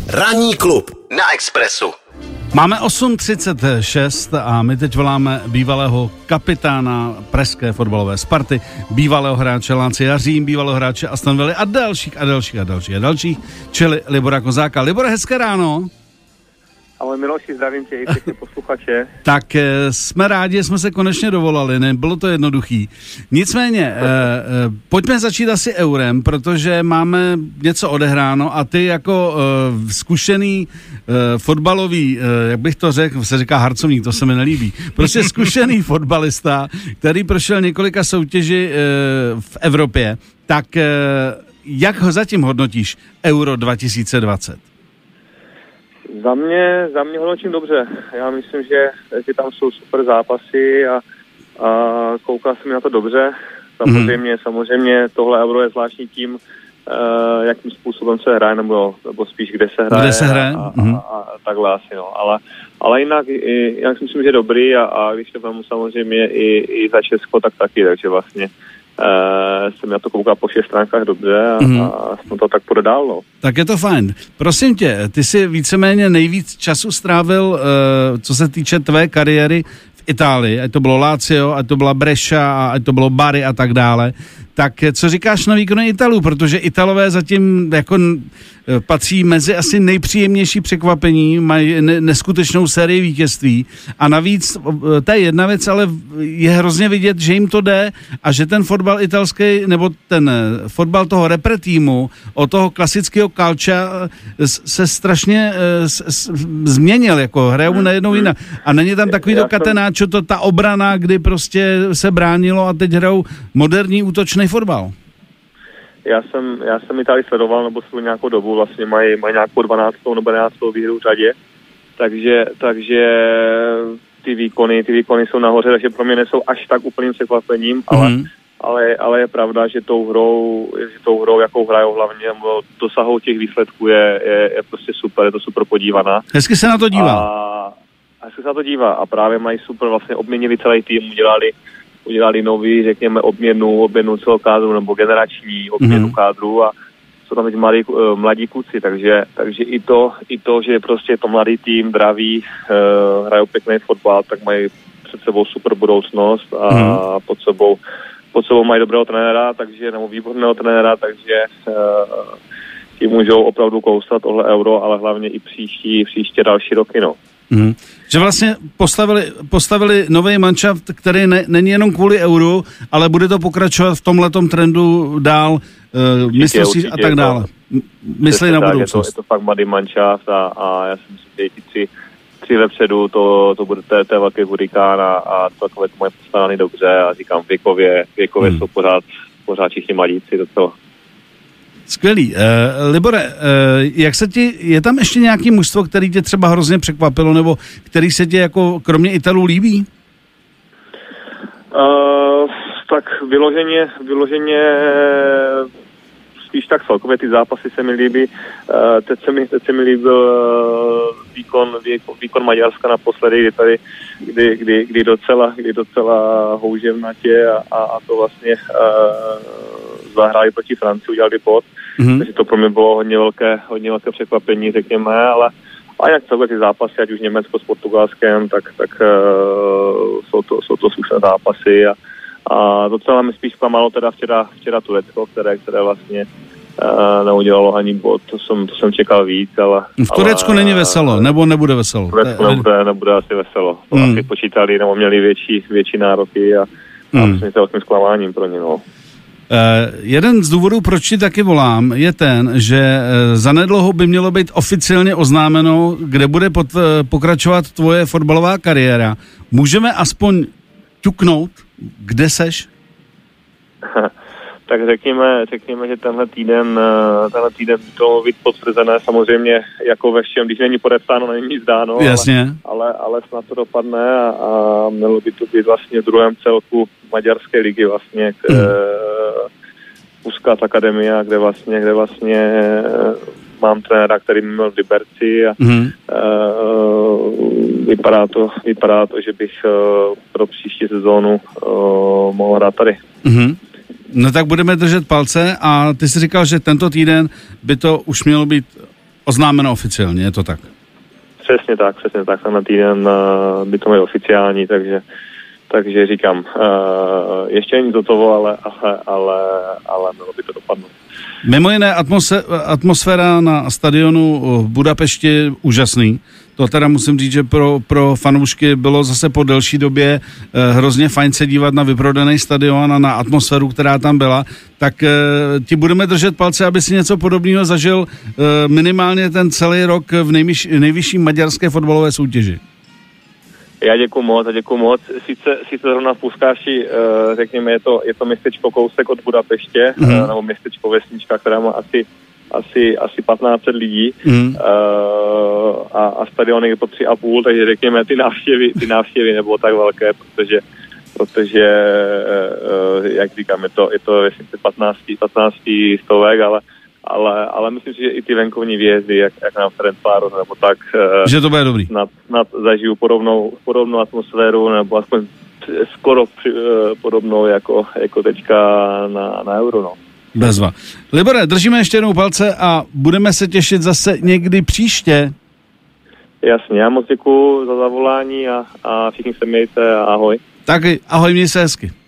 Ranní klub na Expressu. Máme 8:36 a my teď voláme bývalého kapitána pražské fotbalové Sparty, bývalého hráče Lancia Řím, bývalého hráče Aston Villa a dalších, čili Libora Kozáka. Libore, hezké ráno. Ahoj Miloši, zdravím tě i všechny posluchače. Tak jsme rádi, jsme se konečně dovolali, nebylo to jednoduchý. Nicméně, pojďme začít asi eurem, protože máme něco odehráno a ty jako zkušený fotbalový, jak bych to řekl, se říká harcovník, to se mi nelíbí, prostě zkušený fotbalista, který prošel několika soutěži v Evropě, tak jak ho zatím hodnotíš Euro 2020? Za mě hodnotím dobře. Já myslím, že tam jsou super zápasy a koukal jsem na to dobře. Samozřejmě tohle Euro je zvláštní tím, jakým způsobem se hraje, nebo spíš kde se hraje. A takhle asi, no. Ale jinak, já si myslím, že je dobrý a když to vemu samozřejmě i za Česko, tak taky, takže vlastně jsem na to koukal po 6 stránkách dobře a jsem to tak půjde dál, no. Tak je to fajn. Prosím tě, ty jsi víceméně nejvíc času strávil, co se týče tvé kariéry v Itálii, ať to bylo Lazio, ať to byla Brescia, ať to bylo Bari a tak dále. Tak co říkáš na výkony Italů, protože Italové zatím jako patří mezi asi nejpříjemnější překvapení, mají neskutečnou sérii vítězství a navíc to je jedna věc, ale je hrozně vidět, že jim to jde a že ten fotbal italský, nebo ten fotbal toho repre týmu, od toho klasického calcia se strašně změnil, jako hrajou najednou jinak. A není tam takový to catenaccio, ta obrana, kdy prostě se bránilo a teď hrajou moderní útočný fotbal. Já jsem Itálii sledoval, nebo svou nějakou dobu, vlastně mají nějakou 12. nebo 11. výhru v řadě, takže ty výkony jsou nahoře, takže pro mě nejsou až tak úplným překvapením, ale je pravda, že tou hrou, jakou hrajou hlavně, dosahou těch výsledků je prostě super, je to super podívaná. Hezky se na to dívá. A právě mají super, vlastně obměnili celý tým, udělali nový, řekněme, obměnu celého kádru, nebo generační obměnu kádru a jsou tam teď mladí kluci, takže i to, že prostě je to mladý tým, draví, hrajou pěkný fotbal, tak mají před sebou super budoucnost a pod sebou mají dobrého trenéra, nebo výborného trenéra, takže ti můžou opravdu kousat tohle Euro, ale hlavně i příště další roky, no. Že vlastně postavili nový manšaft, který není jenom kvůli Euru, ale bude to pokračovat v tomhletom trendu dál, mistrovství a tak dále. Myslí na budoucnost. Je to fakt mladý manšaft a já si myslím, že ti tři vepředu, to bude to velký hurikán a takové to mají postavený dobře a říkám, věkově jsou pořád všichni mladíci do toho. Skvělý. Libore, je tam ještě nějaký mužstvo, který tě třeba hrozně překvapilo, nebo který se tě jako kromě Italů líbí? Tak vyloženě spíš tak celkově ty zápasy se mi líbí. Teď se mi líbil výkon Maďarska naposledy, kdy docela houževnatě a to vlastně zahráli proti Francii, udělali bod. Takže to pro mě bylo hodně velké překvapení, řekněme, ale a jak celé ty zápasy, ať už Německo s Portugalskem, tak jsou to slušné zápasy a docela mi spíš klamalo teda včera Turecko, které vlastně neudělalo ani bod, to jsem čekal víc, ale... V Turecku není veselo, nebo nebude veselo? V Turecku nebude asi veselo. To asi počítali, nebo měli větší nároky a myslím, že velkým zklamáním pro ně, no. Jeden z důvodů, proč ti taky volám, je ten, že zanedlouho by mělo být oficiálně oznámeno, kde bude pokračovat tvoje fotbalová kariéra. Můžeme aspoň ťuknout, kde seš? Tak řekněme, že tenhle týden to být potvrzené, samozřejmě jako ve všem, když není podepsáno, není nic dáno, ale snad to dopadne a mělo by to být vlastně v druhém celku maďarské ligy vlastně, Puskás Akademia, kde vlastně mám trenéra, který měl v Liberci a vypadá to, že bych pro příští sezónu mohl hrát tady. No tak budeme držet palce a ty jsi říkal, že tento týden by to už mělo být oznámeno oficiálně, je to tak? Přesně tak. Na týden by to mělo oficiální, takže říkám, ještě není hotovo, ale mělo by to dopadnout. Mimo jiné atmosféra na stadionu v Budapešti je úžasný. To teda musím říct, že pro fanoušky bylo zase po delší době hrozně fajn se dívat na vyprodaný stadion a na atmosféru, která tam byla. Tak ti budeme držet palce, aby si něco podobného zažil minimálně ten celý rok v nejvyšší maďarské fotbalové soutěži. Já děkuju moc. Sice zrovna v Puskáši, řekněme, je to městečko kousek od Budapeště, nebo městečko vesnička, která má asi 1500 lidí a stadion je to 3,5, takže řekněme, ty návštěvy nebylo tak velké, protože jak říkám, je to vesnice 15 stovek, ale myslím si, že i ty venkovní výjezdy, jak na Ferencváros nebo tak, že to bude dobrý. Snad zažiju podobnou atmosféru, nebo aspoň skoro podobnou jako teďka na Euro, no. Bezva. Libore, držíme ještě jednou palce a budeme se těšit zase někdy příště. Jasně, já moc děkuju za zavolání a všichni se mějte a ahoj. Taky, ahoj, měj se hezky.